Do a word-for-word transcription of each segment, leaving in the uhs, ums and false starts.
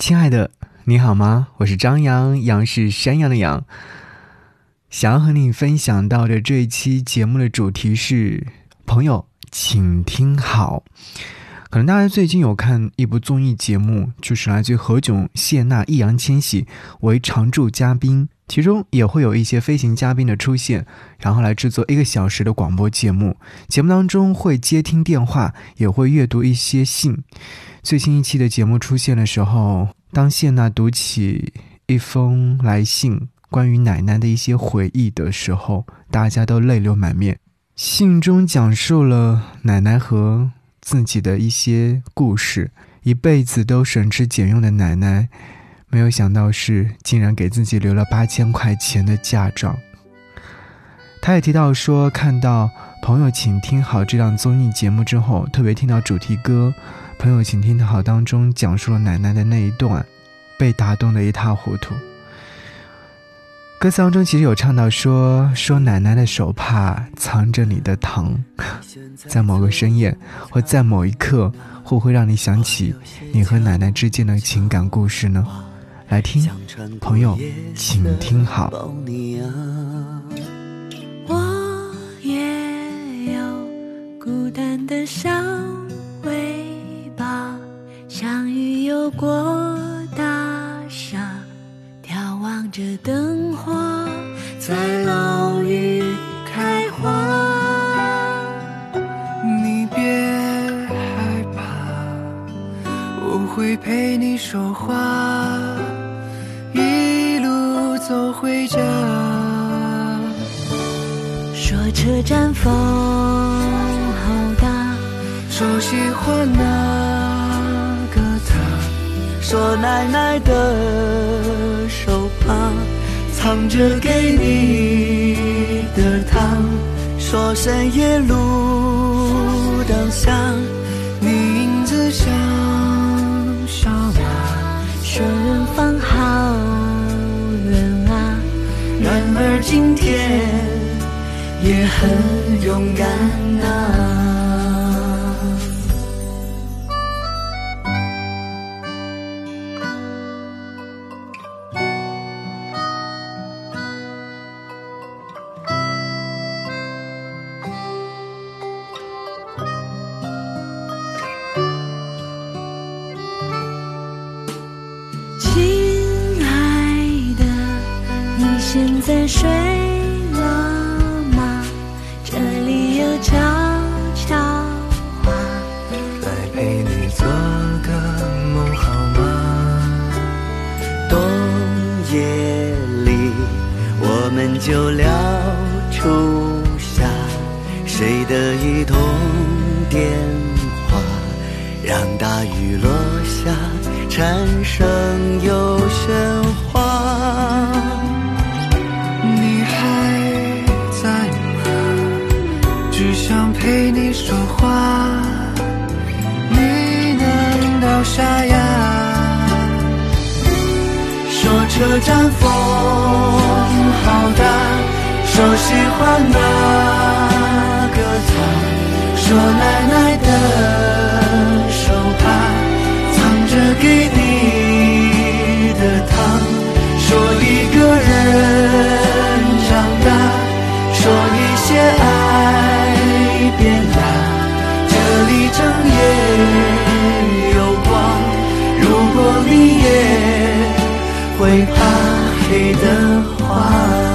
亲爱的，你好吗？我是张扬，杨是山羊的羊。想要和你分享到的这一期节目的主题是朋友请听好。可能大家最近有看一部综艺节目，就是来自于何炅、谢娜、易烊千玺为常驻嘉宾，其中也会有一些飞行嘉宾的出现，然后来制作一个小时的广播节目。节目当中会接听电话，也会阅读一些信。最新一期的节目出现的时候，当谢娜读起一封来信关于奶奶的一些回忆的时候，大家都泪流满面。信中讲述了奶奶和自己的一些故事，一辈子都省吃俭用的奶奶，没有想到是竟然给自己留了八千块钱的嫁妆。他也提到说，看到朋友请听好这档综艺节目之后，特别听到主题歌朋友请听好当中讲述了奶奶的那一段，被打动得一塌糊涂。歌词当中其实有唱到说说奶奶的手帕藏着你的糖，在某个深夜或在某一刻，会不会让你想起你和奶奶之间的情感故事呢？来听，朋友请听好。 我也有孤单的小尾巴，像鱼游过大沙，眺望着灯火在楼宇开花。 你别害怕，我会陪你说话，一路走回家。 说车站风好大， 说喜欢那个他，说奶奶的手帕藏着给你的糖，说深夜路灯下你影子像小马， 说人放好人啊， 然而今天也很勇敢啊。 亲爱的，你现在睡了吗？这里有悄悄话， 来陪你做个梦好吗？冬夜里我们就聊初夏，谁的一通电话让大雨落下，蝉声又喧哗。你还在吗？只想陪你说话，你难道傻呀？说车站风好大，说喜欢那个他，说奶奶的手帕藏着给你的糖，说一个人长大，说一些爱变大，这里整夜有光，如果你也会怕黑的话。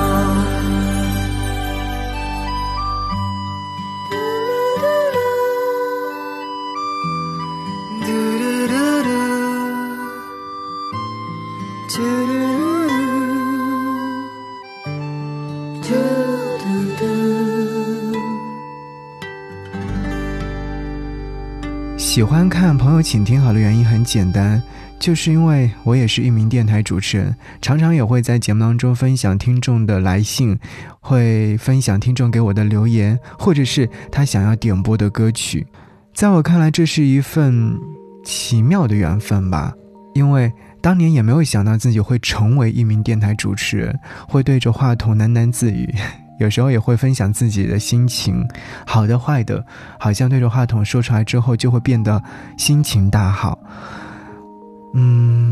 喜欢看朋友请听好的原因很简单，就是因为我也是一名电台主持人，常常也会在节目当中分享听众的来信，会分享听众给我的留言，或者是他想要点播的歌曲。在我看来，这是一份奇妙的缘分吧，因为当年也没有想到自己会成为一名电台主持人，会对着话筒喃喃自语，有时候也会分享自己的心情，好的坏的，好像对着话筒说出来之后就会变得心情大好。嗯，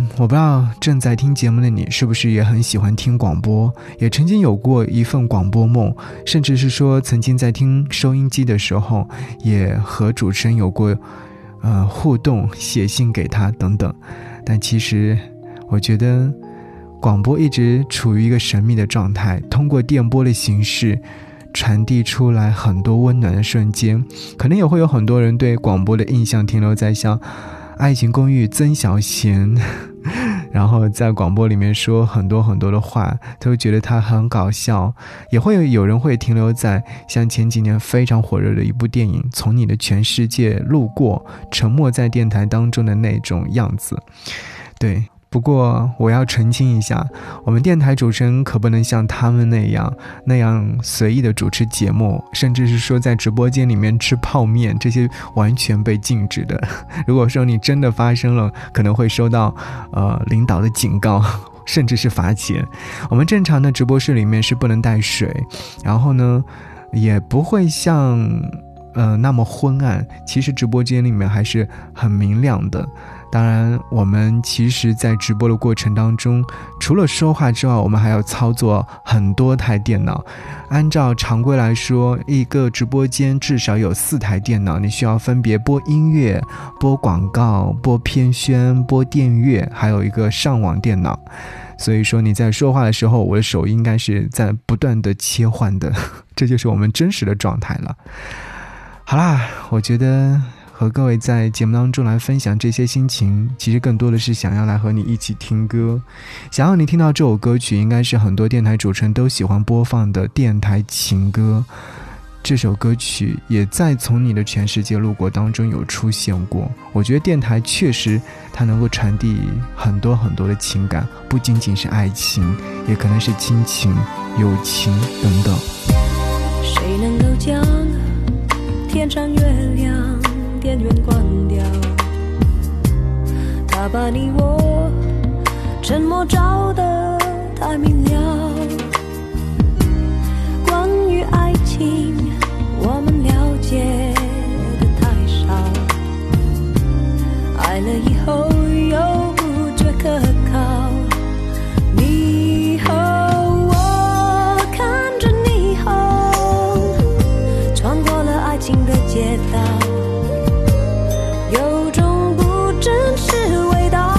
我不知道正在听节目的你是不是也很喜欢听广播，也曾经有过一份广播梦，甚至是说曾经在听收音机的时候也和主持人有过呃互动，写信给他等等。但其实我觉得广播一直处于一个神秘的状态，通过电波的形式传递出来很多温暖的瞬间。可能也会有很多人对广播的印象停留在像爱情公寓曾小贤，然后在广播里面说很多很多的话，都觉得他很搞笑。也会有人会停留在像前几年非常火热的一部电影《从你的全世界路过》，沉默在电台当中的那种样子。对，不过我要澄清一下，我们电台主持人可不能像他们那样那样随意的主持节目，甚至是说在直播间里面吃泡面，这些完全被禁止的。如果说你真的发生了，可能会收到呃领导的警告，甚至是罚钱。我们正常的直播室里面是不能带水，然后呢也不会像呃那么昏暗，其实直播间里面还是很明亮的。当然我们其实在直播的过程当中，除了说话之外，我们还要操作很多台电脑。按照常规来说，一个直播间至少有四台电脑，你需要分别播音乐、播广告、播片宣、播电乐，还有一个上网电脑。所以说你在说话的时候，我的手应该是在不断的切换的，这就是我们真实的状态了。好啦，我觉得和各位在节目当中来分享这些心情，其实更多的是想要来和你一起听歌。想要你听到这首歌曲，应该是很多电台主持人都喜欢播放的电台情歌。这首歌曲也在从你的全世界路过当中有出现过。我觉得电台确实它能够传递很多很多的情感，不仅仅是爱情，也可能是亲情、友情等等。 谁能够将天上月亮电源关掉，他把你我沉默照得太明了。关于爱情我们了解的太少，爱了以后又不觉可靠。你和我看着霓虹穿过了爱情的街道，有种不真实味道。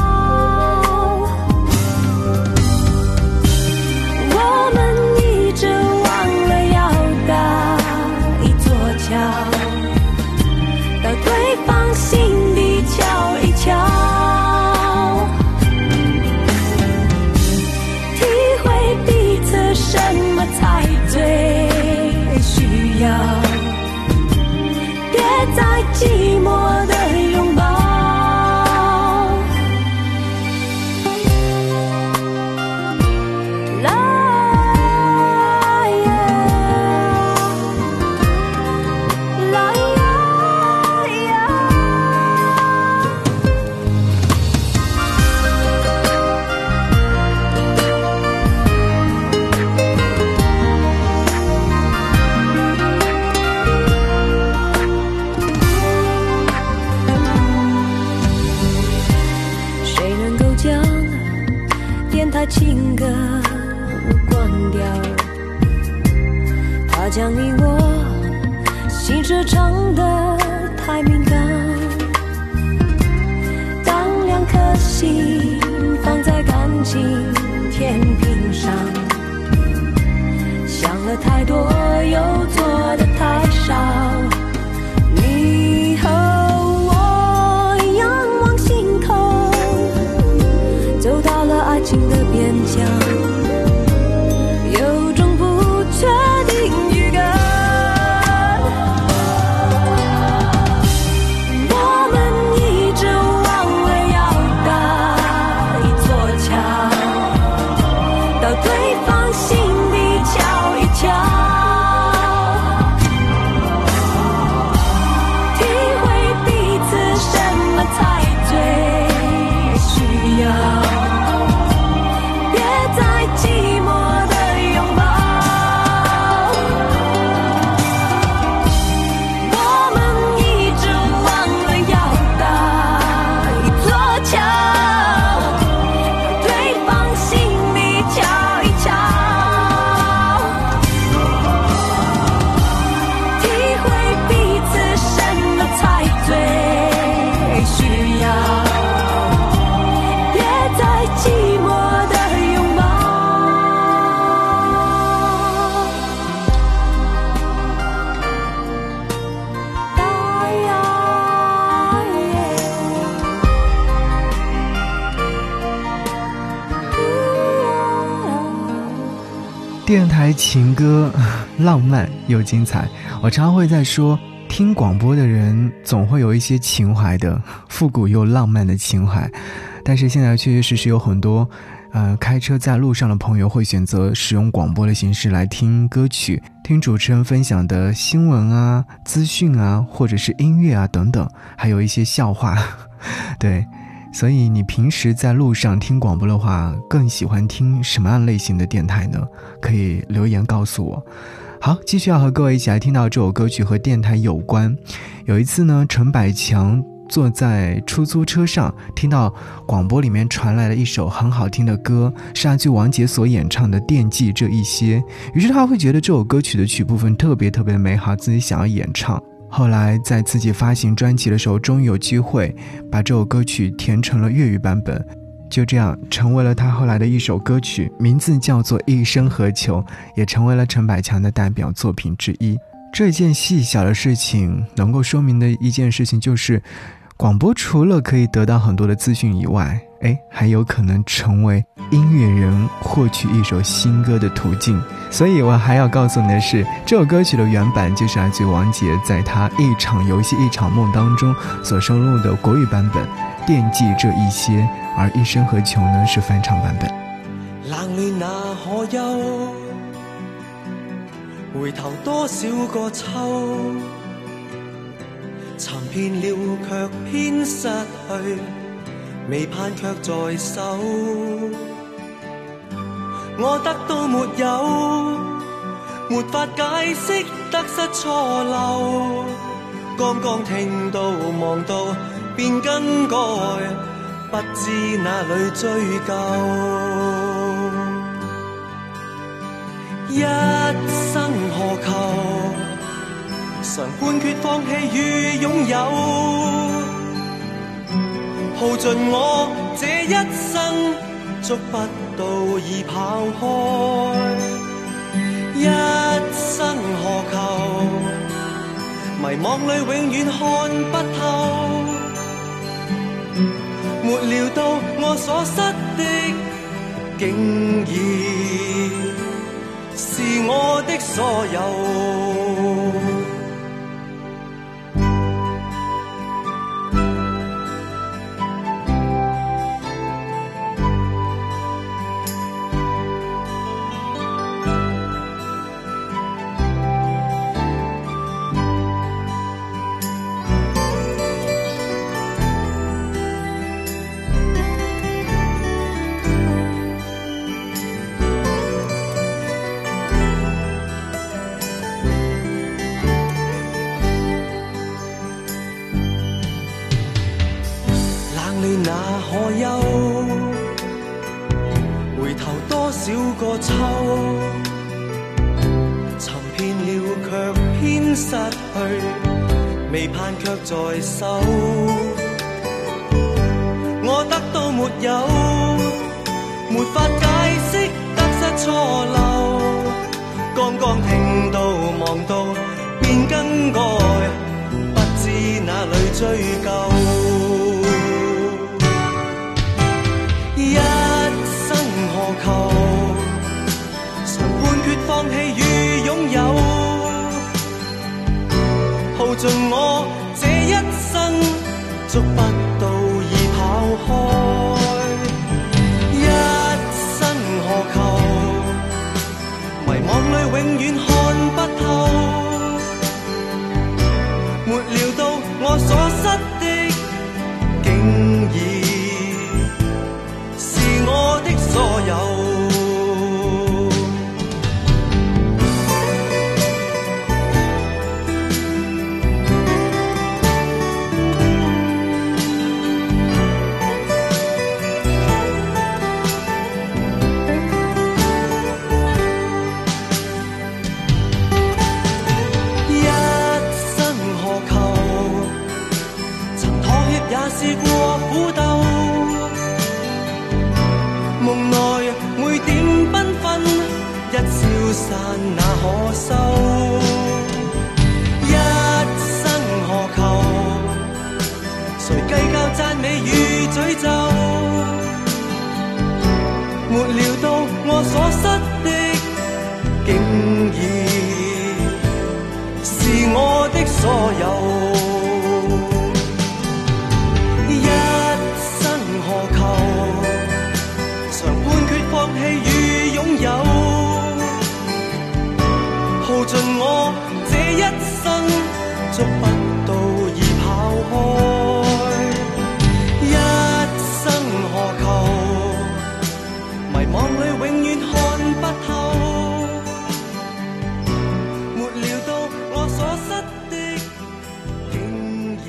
我们一直忘了要搭一座桥，到对方心底瞧一瞧，体会彼此什么才最需要，别再寂寞的拥抱。情歌关掉，他将你我心事唱得太敏感。当两颗心放在感情天平上，想了太多又做得太少。你和我仰望星空，走到了爱情的边疆，有种不确定预感。我们一直忘了要搭电台情歌浪漫又精彩，我常会在说，听广播的人总会有一些情怀的，复古又浪漫的情怀。但是现在确确实实有很多呃，开车在路上的朋友会选择使用广播的形式来听歌曲，听主持人分享的新闻啊、资讯啊，或者是音乐啊等等，还有一些笑话。对，所以你平时在路上听广播的话，更喜欢听什么样类型的电台呢？可以留言告诉我。好，继续要和各位一起来听到这首歌曲和电台有关。有一次呢，陈百强坐在出租车上，听到广播里面传来了一首很好听的歌，是阿句王杰所演唱的《惦记这一些》，于是他会觉得这首歌曲的曲部分特别特别的美好，自己想要演唱。后来在自己发行专辑的时候，终于有机会把这首歌曲填成了粤语版本，就这样成为了他后来的一首歌曲，名字叫做《一生何求》，也成为了陈百强的代表作品之一。这件细小的事情能够说明的一件事情就是，广播除了可以得到很多的资讯以外，诶，还有可能成为音乐人获取一首新歌的途径。所以我还要告诉你的是，这首歌曲的原版就是来自王杰在他《一场游戏一场梦》当中所收录的国语版本《惦记这一些》，而《一生何求》呢是翻唱版本。 冷暖那可休，回頭多少個秋，尋遍了卻偏失去，未盼卻在手。我得到沒有，沒法解釋得失錯漏，剛剛聽到望到便更改，不知哪裏追究。一生何求，常判決放棄與擁有，耗盡我這一生，捉不到已跑開。一生何求，迷惘裏永遠看不透，沒料到我所失的，竟然是我的所有。那可休，回頭多少個秋，尋遍了卻偏失去，未盼卻在手。我得到沒有，沒法解釋得失錯漏，剛剛聽到望到便更改，不知哪裏追究。一生何求，常判決放棄與擁有，耗盡我這一生，捉不到已跑開。一生何求，迷惘裏永遠看不透，沒料到我所失的，竟然我的所有。一生何求，曾妥協也試過苦鬥，夢內每點繽紛，一消散那可收。一生何求，誰計較讚美與詛咒，沒料到我所失的， 所有。一生何求，常判決放棄與擁有，耗盡我這一生，捉不到已跑開。一生何求，迷惘裏永遠看不透，沒料到我所失的竟已。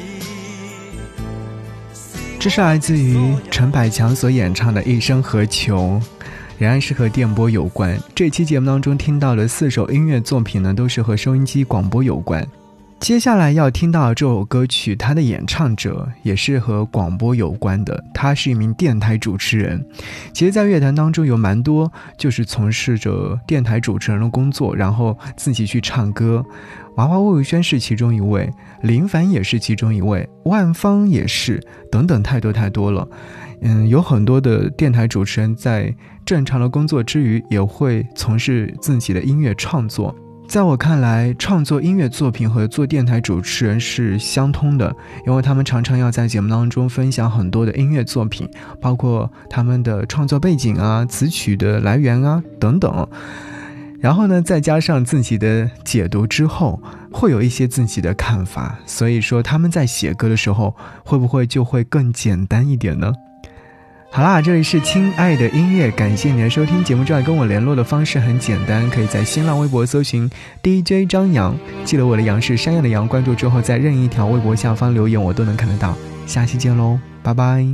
这是来自于陈百强所演唱的《一生何求》，仍然是和电波有关。这期节目当中听到的四首音乐作品呢，都是和收音机广播有关。接下来要听到这首歌曲，它的演唱者也是和广播有关的，他是一名电台主持人。其实在乐坛当中有蛮多就是从事着电台主持人的工作，然后自己去唱歌。娃娃魏如萱是其中一位，林凡也是其中一位，万芳也是，等等，太多太多了。嗯，有很多的电台主持人在正常的工作之余，也会从事自己的音乐创作。在我看来，创作音乐作品和做电台主持人是相通的，因为他们常常要在节目当中分享很多的音乐作品，包括他们的创作背景啊、词曲的来源啊等等。然后呢，再加上自己的解读之后，会有一些自己的看法，所以说他们在写歌的时候，会不会就会更简单一点呢？好啦，这里是亲爱的音乐，感谢你的收听。节目之外跟我联络的方式很简单，可以在新浪微博搜寻 D J 张扬，记得我的杨是山羊的羊，关注之后在任意一条微博下方留言，我都能看得到。下期见喽，拜拜。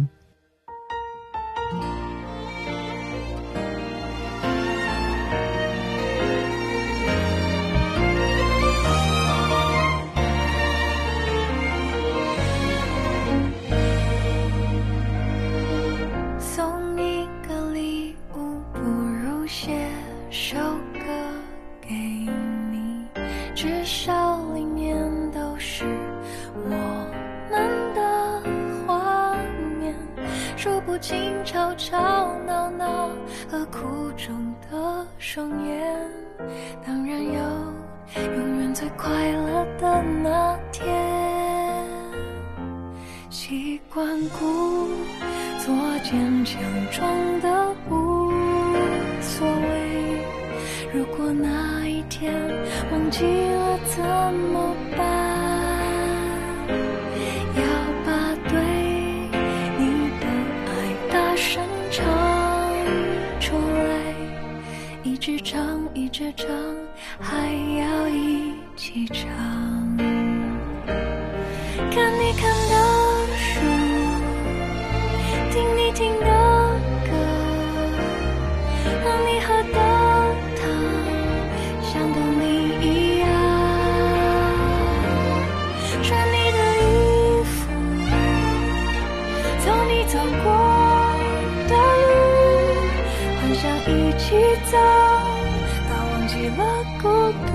尽吵吵闹闹和苦中的双眼，当然有永远最快乐的那天。习惯故作坚强，装的无所谓，如果那一天忘记了怎么办？要把对唱出来，一直唱一直唱，还要一起唱。看你看的书，听你听的歌，让你喝的汤像跟你一样，穿你的衣服，走你走过一起走，到忘记了孤独。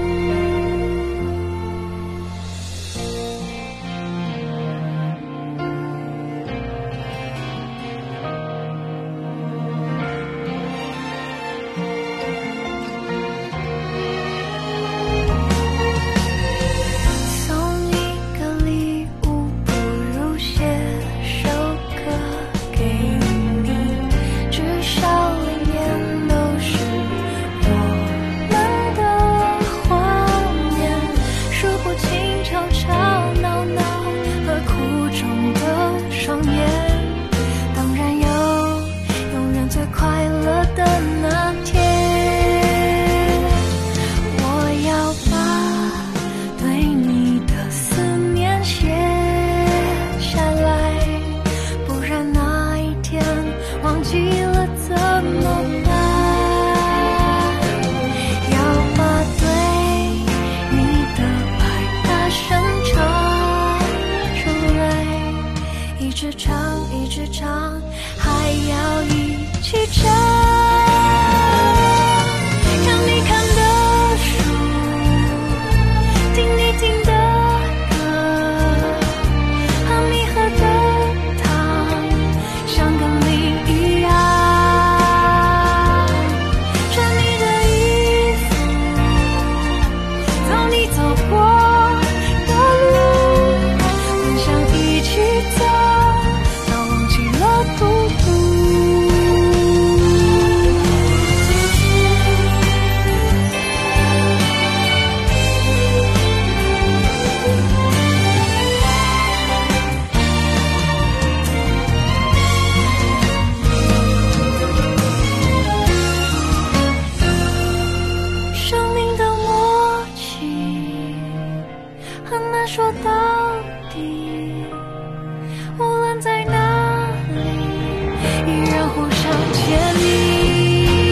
送一个礼物，不如写首歌给你，至少走过的依然互相牵引。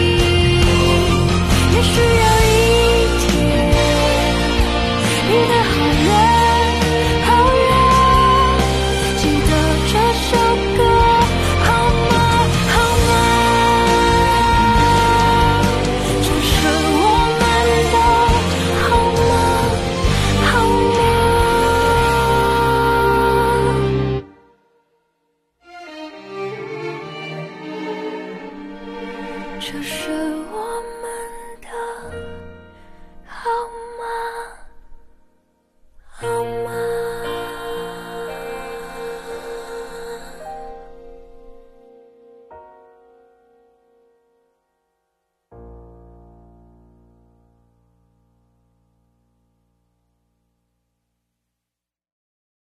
也许有一天，离得好远好远，记得这首歌好吗？好吗？这是我们的好吗？好吗？这是